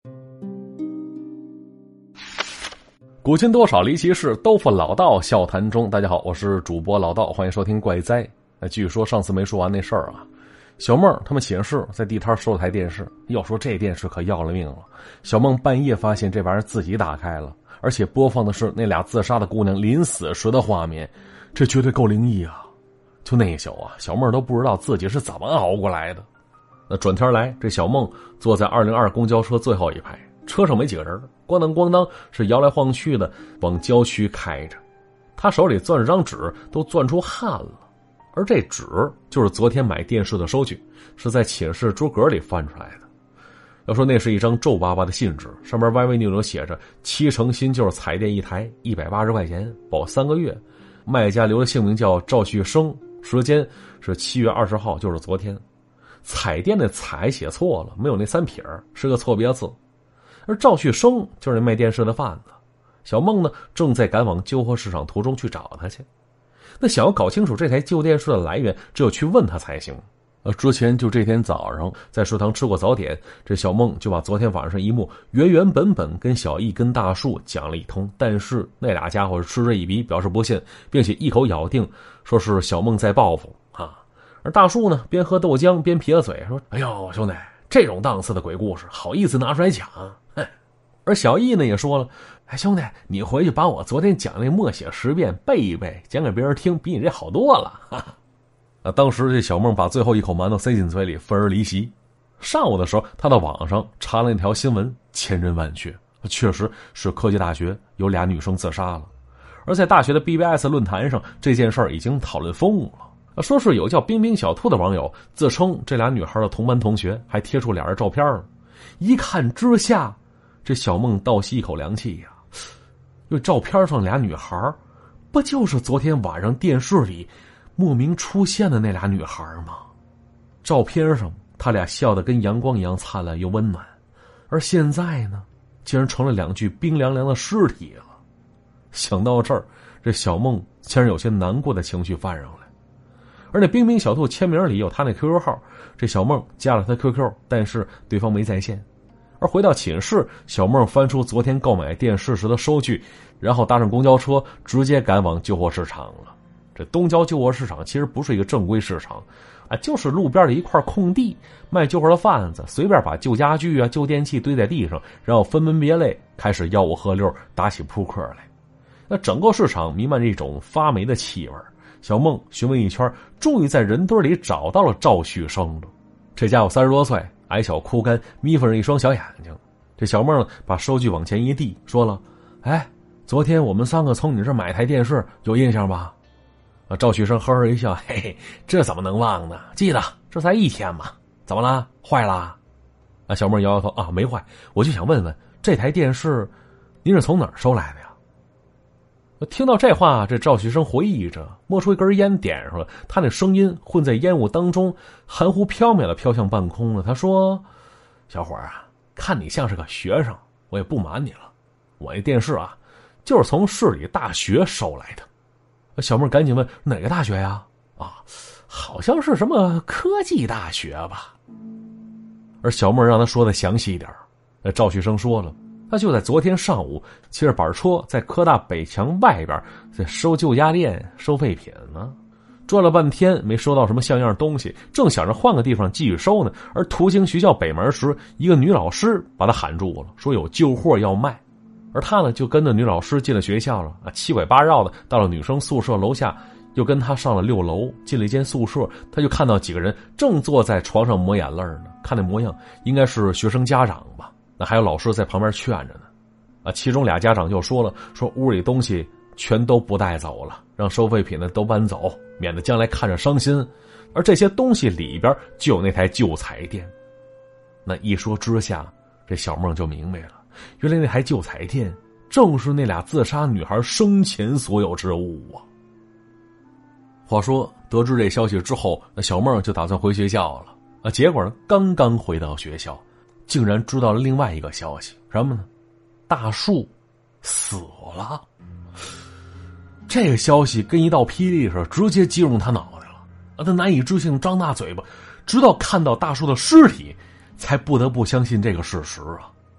古今多少离奇事，都付老道笑谈中。大家好，我是主播老道，欢迎收听怪哉。据说上次没说完那事儿啊，小梦他们寝室在地摊收了台电视，要说这电视可要了命了。小梦半夜发现这玩意儿自己打开了，而且播放的是那俩自杀的姑娘临死时的画面，这绝对够灵异啊！就那一宿啊，小梦都不知道自己是怎么熬过来的。那转天来，这小梦坐在202公交车最后一排，车上没几个人，咣当咣当是摇来晃去的往郊区开着。他手里攥着张纸，都攥出汗了。而这纸就是昨天买电视的收据，是在寝室桌格里翻出来的。要说那是一张皱巴巴的信纸，上面歪歪扭扭写着7成新旧彩电一台，180块钱，保3个月。卖家留的姓名叫赵旭生，时间是7月20号，就是昨天。彩电的彩写错了，没有那3撇，是个错别字。而赵旭生就是那卖电视的贩子。小梦呢，正在赶往旧货市场途中去找他去。那想要搞清楚这台旧电视的来源，只有去问他才行。之前就这天早上在食堂吃过早点，这小梦就把昨天晚上一幕原原本本跟小易跟大树讲了一通，但是那俩家伙是嗤之以鼻，表示不信，并且一口咬定说是小梦在报复啊。而大树呢，边喝豆浆边撇嘴说：“哎呦，兄弟，这种档次的鬼故事好意思拿出来讲？”而小易呢也说了：“哎，兄弟，你回去把我昨天讲那默写10遍背一背，讲给别人听，比你这好多了。”哈哈。当时这小梦把最后一口馒头塞进嘴里，愤而离席。上午的时候，他到网上查了那条新闻，千真万确，确实是科技大学有俩女生自杀了。而在大学的 BBS 论坛上，这件事儿已经讨论疯了。说是有叫冰冰小兔的网友自称这俩女孩的同班同学，还贴出俩人照片。一看之下，这小梦倒吸一口凉气呀！因为照片上俩女孩，不就是昨天晚上电视里莫名出现的那俩女孩吗？照片上他俩笑得跟阳光一样灿烂又温暖，而现在呢，竟然成了2具冰凉凉的尸体了。想到这儿，这小梦竟然有些难过的情绪泛上来。而那冰冰小兔签名里有他那 QQ 号，这小梦加了他 QQ， 但是对方没在线。而回到寝室，小梦翻出昨天购买电视时的收据，然后搭上公交车直接赶往旧货市场了。这东郊旧货市场其实不是一个正规市场啊，就是路边的一块空地，卖旧货的贩子随便把旧家具啊、旧电器堆在地上，然后分门别类开始吆五喝六，打起扑克来。那整个市场弥漫着一种发霉的气味。小梦询问一圈，终于在人堆里找到了赵旭生了。这家伙30多岁，矮小枯干，眯缝着一双小眼睛。这小梦呢，把收据往前一递，说了：“哎，昨天我们3个从你这买台电视，有印象吧？”赵旭生呵呵一笑：“嘿嘿，这怎么能忘呢？记得，这才1天嘛，怎么了？坏了？”小梦摇摇头：“啊，没坏，我就想问问，这台电视您是从哪儿收来的呀？”听到这话，这赵旭生回忆着，摸出一根烟点上了，他那声音混在烟雾当中，含糊缥缈的飘向半空了。他说：“小伙儿啊，看你像是个学生，我也不瞒你了，我那电视啊，就是从市里大学收来的。”小妹赶紧问：“哪个大学呀？”“啊，好像是什么科技大学吧。”而小妹让他说的详细一点。赵旭生说了，他就在昨天上午骑着板车在科大北墙外边在收旧家电收废品呢，转了半天没收到什么像样东西，正想着换个地方继续收呢，而途经学校北门时，一个女老师把他喊住了，说有旧货要卖。而他呢，就跟着女老师进了学校了七拐八绕的到了女生宿舍楼下，又跟他上了6楼，进了一间宿舍，他就看到几个人正坐在床上抹眼泪呢，看那模样应该是学生家长吧，那还有老师在旁边劝着呢。其中俩家长就说了，说屋里东西全都不带走了，让收废品的都搬走，免得将来看着伤心。而这些东西里边就有那台旧彩电。那一说之下，这小梦就明白了，原来那台旧彩电正是那俩自杀女孩生前所有之物啊。话说得知这消息之后，那小梦就打算回学校了结果呢，刚刚回到学校，竟然知道了另外一个消息，什么呢？大树死了。这个消息跟一道霹雳似的，直接击中他脑袋了他难以置信，张大嘴巴，直到看到大树的尸体，才不得不相信这个事实啊。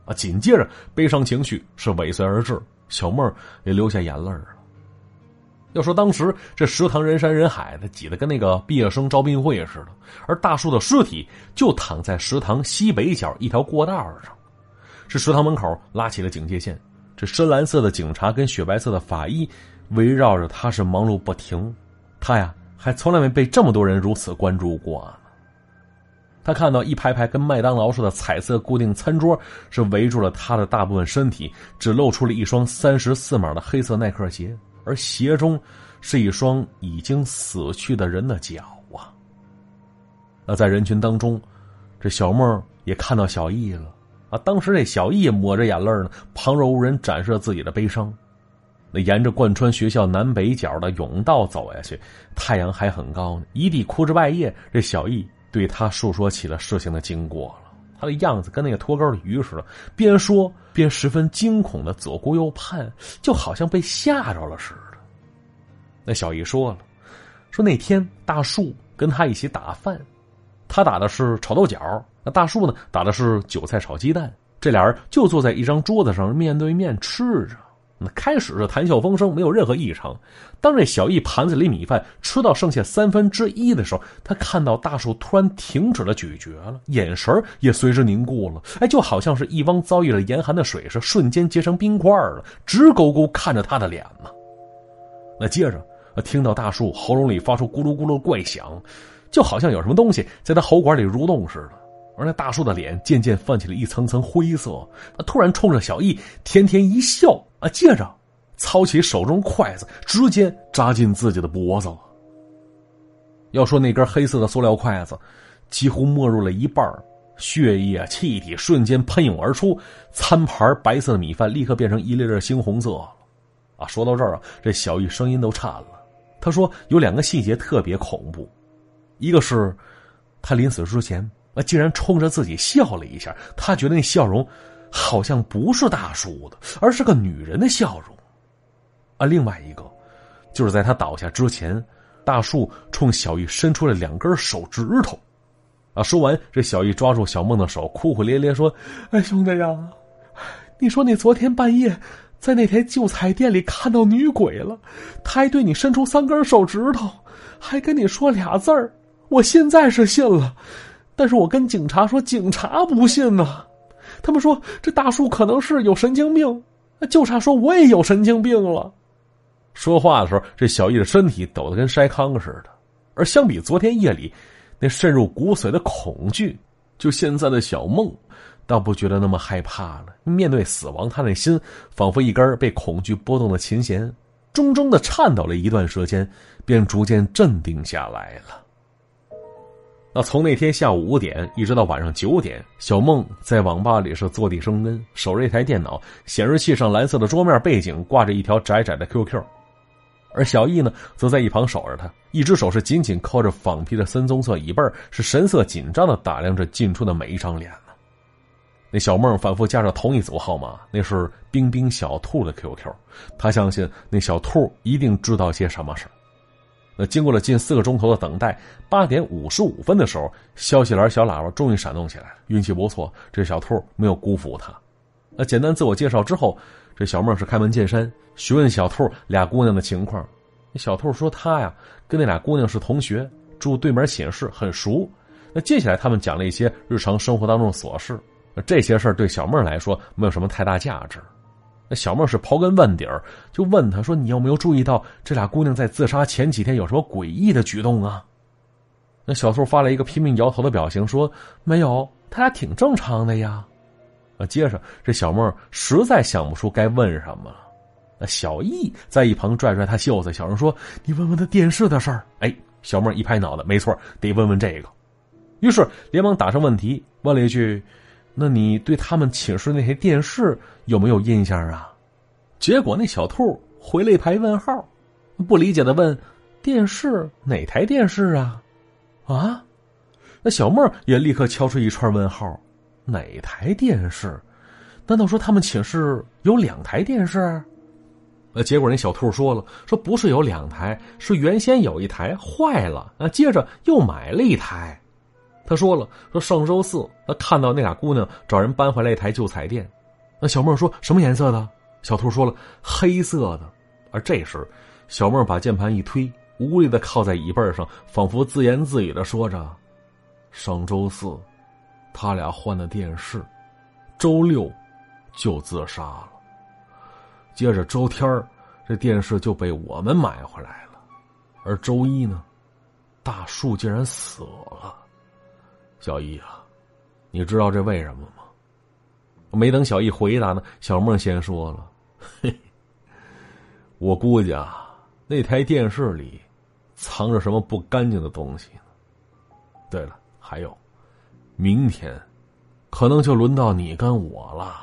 紧接着悲伤情绪是尾随而至，小梦也流下眼泪了。要说当时这食堂人山人海的，挤得跟那个毕业生招聘会似的，而大树的尸体就躺在食堂西北角一条过道上。这食堂门口拉起了警戒线，这深蓝色的警察跟雪白色的法医围绕着他是忙碌不停。他呀还从来没被这么多人如此关注过呢。他看到一排排跟麦当劳似的彩色固定餐桌是围住了他的大部分身体，只露出了一双34码的黑色耐克鞋，而鞋中是一双已经死去的人的脚啊。那在人群当中，这小梦也看到小易了啊。当时这小易抹着眼泪呢，旁若无人展示自己的悲伤。那沿着贯穿学校南北角的甬道走下去，太阳还很高呢，一地枯枝败叶。这小易对他述说起了事情的经过了，他的样子跟那个脱钩的鱼似的，边说边十分惊恐的左顾右盼，就好像被吓着了似的。那小易说了，说那天大树跟他一起打饭，他打的是炒豆角，那大树呢打的是韭菜炒鸡蛋，这俩人就坐在一张桌子上面对面吃着。那开始是谈笑风生，没有任何异常。当这小易盘子里米饭吃到剩下1/3的时候，他看到大树突然停止了咀嚼了，眼神也随之凝固了，就好像是一汪遭遇了严寒的水是瞬间结成冰块了，直勾勾看着他的脸嘛。那接着听到大树喉咙里发出咕噜咕噜怪响，就好像有什么东西在他喉管里蠕动似的。而那大树的脸渐渐泛起了一层层灰色，突然冲着小易甜甜一笑，接着操起手中筷子直接扎进自己的脖子了。要说那根黑色的塑料筷子几乎没入了一半，血液气体瞬间喷涌而出，餐盘白色的米饭立刻变成一粒粒猩红色了。说到这儿这小易声音都颤了。他说有2个细节特别恐怖，一个是他临死之前竟然冲着自己笑了一下，他觉得那笑容好像不是大树的，而是个女人的笑容。另外一个就是在他倒下之前，大树冲小易伸出了2根手指头。说完，这小易抓住小梦的手，哭哭咧咧说：“兄弟呀，你说你昨天半夜在那台旧彩店里看到女鬼了，他还对你伸出3根手指头，还跟你说俩字儿，我现在是信了。但是我跟警察说，警察不信呢。他们说这大树可能是有神经病，就差说我也有神经病了。”说话的时候，这小易的身体抖得跟筛糠似的，而相比昨天夜里那渗入骨髓的恐惧，就现在的小梦倒不觉得那么害怕了。面对死亡，他那心仿佛一根被恐惧拨动的琴弦，怔怔的颤抖了一段时间，便逐渐镇定下来了。从那天下午5点一直到晚上9点，小梦在网吧里是坐地生根，守着一台电脑，显示器上蓝色的桌面背景挂着一条窄窄的 QQ， 而小易呢则在一旁守着他，一只手是紧紧扣着仿皮的深棕色椅背，是神色紧张地打量着进出的每一张脸呢。那小梦反复加着同一组号码，那是冰冰小兔的 QQ， 他相信那小兔一定知道些什么事。经过了近4个钟头的等待，8点55分的时候，消息栏小喇叭终于闪动起来了。运气不错，这小兔没有辜负他。简单自我介绍之后，这小梦是开门见山询问小兔俩姑娘的情况。小兔说他呀跟那俩姑娘是同学，住对门寝室，很熟。接下来他们讲了一些日常生活当中的琐事，这些事儿对小梦来说没有什么太大价值。小梦是刨根问底儿，就问他说：“你有没有注意到这俩姑娘在自杀前几天有什么诡异的举动啊？”那小兔发了一个拼命摇头的表情，说：“没有，他俩挺正常的呀。”接着这小梦实在想不出该问什么了。小易在一旁拽拽他袖子，小声说：“你问问他电视的事儿。”小梦一拍脑袋，没错，得问问这个。于是连忙打上问题，问了一句：“那你对他们寝室那台电视有没有印象啊？”结果那小兔回了一排问号，不理解的问：“电视？哪台电视啊？”那小妹也立刻敲出一串问号：“哪台电视？难道说他们寝室有2台电视？”结果那小兔说了，说不是有2台，是原先有一台坏了，接着又买了一台。 他说了，说上周四他看到那俩姑娘找人搬回来一台旧彩电。那小妹说什么颜色的？小兔说了黑色的。而这时小妹把键盘一推，无力的靠在椅背上，仿佛自言自语的说着，上周四他俩换的电视，周六就自杀了，接着周天这电视就被我们买回来了，而周一呢，大树竟然死了。小易啊，你知道这为什么吗？没等小易回答呢，小梦先说了，嘿，我估计啊，那台电视里藏着什么不干净的东西呢。对了，还有，明天可能就轮到你跟我了。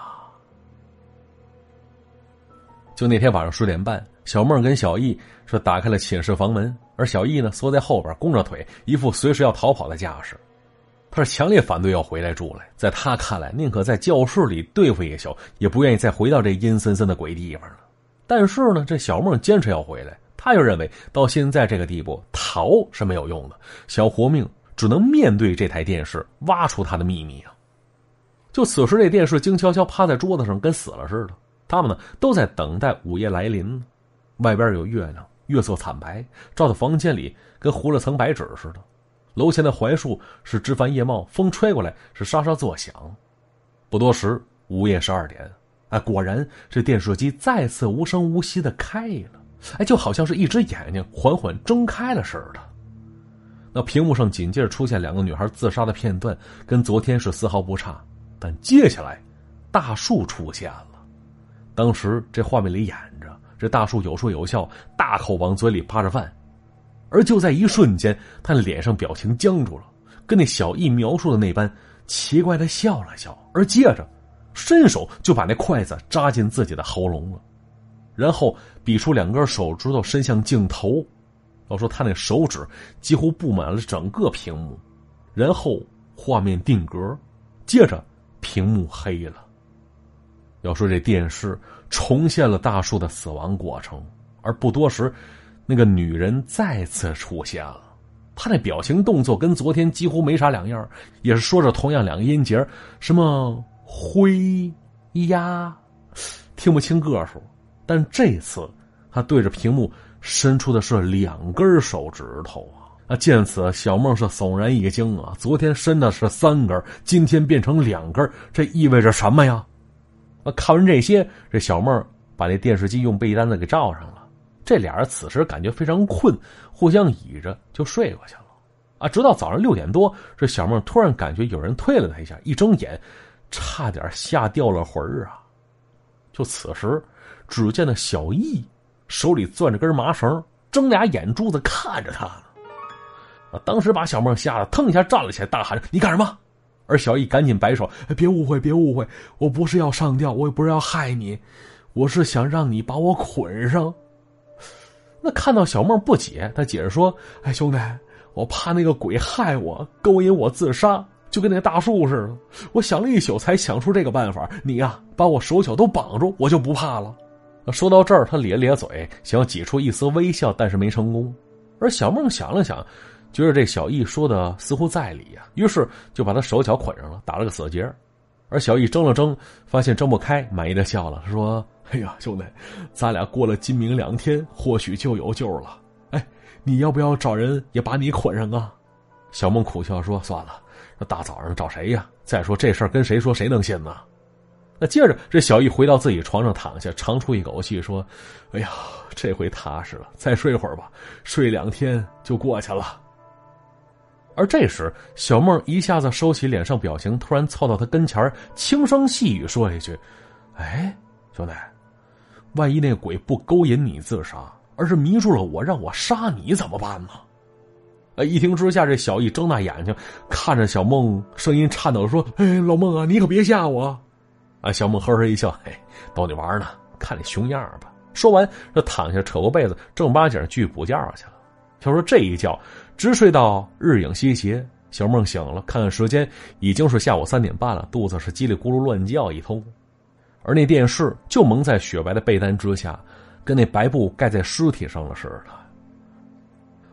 就那天晚上10点半，小梦跟小易说打开了寝室房门，而小易呢缩在后边，弓着腿，一副随时要逃跑的架势。他是强烈反对要回来住来，在他看来，宁可在教室里对付一宿，也不愿意再回到这阴森森的鬼地方了。但是呢，这小梦坚持要回来，他又认为到现在这个地步，逃是没有用的，想活命只能面对这台电视，挖出他的秘密啊！就此时，这电视静悄悄趴在桌子上，跟死了似的。他们呢，都在等待午夜来临。外边有月亮，月色惨白，照到房间里跟糊了层白纸似的。楼前的槐树是枝繁叶茂，风吹过来是沙沙作响。不多时，午夜12点，果然这电视机再次无声无息的开了，就好像是一只眼睛缓缓睁开了似的。那屏幕上紧接着出现2个女孩自杀的片段，跟昨天是丝毫不差。但接下来，大树出现了。当时这画面里演着，这大树有说有笑，大口往嘴里扒着饭。而就在一瞬间，他脸上表情僵住了，跟那小易描述的那般奇怪的笑了笑，而接着伸手就把那筷子扎进自己的喉咙了，然后比出2根手指头伸向镜头。要说他那手指几乎布满了整个屏幕，然后画面定格，接着屏幕黑了。要说这电视重现了大树的死亡过程，而不多时，那个女人再次出现了。她那表情动作跟昨天几乎没啥两样，也是说着同样2个音节，什么灰呀，听不清个数。但这次她对着屏幕伸出的是2根手指头啊！见此，小梦是悚然一惊啊！昨天伸的是3根，今天变成2根，这意味着什么呀？看完这些，这小梦把这电视机用被单子给罩上了。这俩人此时感觉非常困，互相倚着就睡过去了。直到早上6点多，这小梦突然感觉有人推了他一下，一睁眼，差点吓掉了魂儿啊！就此时，只见那小易手里攥着根麻绳，睁俩眼珠子看着他呢。当时把小梦吓得腾一下站了起来，大喊着：“你干什么？”而小易赶紧摆手：“别误会，别误会，我不是要上吊，我也不是要害你，我是想让你把我捆上。”那看到小梦不解，他解释说：“兄弟，我怕那个鬼害我，勾引我自杀，就跟那个大树似的。我想了一宿才想出这个办法，你呀，把我手脚都绑住，我就不怕了。”说到这儿，他咧咧嘴，想要挤出一丝微笑，但是没成功。而小梦想了想，觉得这小易说的似乎在理啊，于是就把他手脚捆上了，打了个死结。而小易睁了睁，发现睁不开，满意的笑了，他说：“哎呀，兄弟，咱俩过了今明2天，或许就有救了。你要不要找人也把你捆上啊？”小梦苦笑说：“算了，这大早上找谁呀？再说这事儿跟谁说，谁能信呢？”那接着，这小易回到自己床上躺下，长出一口气说：“哎呀，这回踏实了，再睡会儿吧，睡2天就过去了。”而这时，小梦一下子收起脸上表情，突然凑到他跟前，轻声细语说了一句：“兄弟，万一那鬼不勾引你自杀，而是迷住了我，让我杀你怎么办呢？”一听之下，这小易睁大眼睛看着小梦，声音颤抖说：“老梦啊，你可别吓我。”小梦呵呵一笑：“逗你玩呢，看你熊样吧。”说完，这躺下扯过被子，正八经继续补觉去了。要说这一觉直睡到日影西斜，小梦醒了，看看时间，已经是下午3点半了，肚子是叽里咕噜乱叫一通。而那电视就蒙在雪白的被单之下，跟那白布盖在尸体上了似的。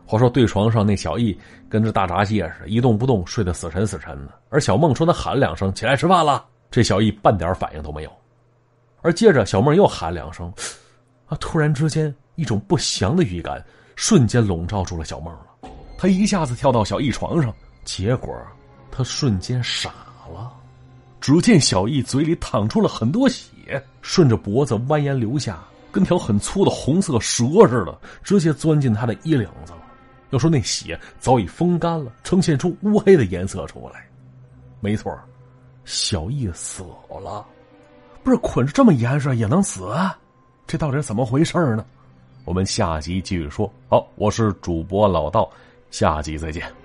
话说对床上那小易跟着大闸蟹似的，一动不动，睡得死沉死沉的。而小梦说他喊2声起来吃饭了，这小易半点反应都没有。而接着小梦又喊2声，突然之间一种不祥的预感瞬间笼罩住了小梦了。他一下子跳到小易床上，结果他瞬间傻了。只见小易嘴里淌出了很多血，顺着脖子蜿蜒流下，跟条很粗的红色蛇似的，直接钻进他的衣领子了。要说那血早已风干了，呈现出乌黑的颜色出来。没错，小易死了。不是捆着这么严实也能死啊？这到底是怎么回事呢？我们下集继续说。好，我是主播老道，下集再见。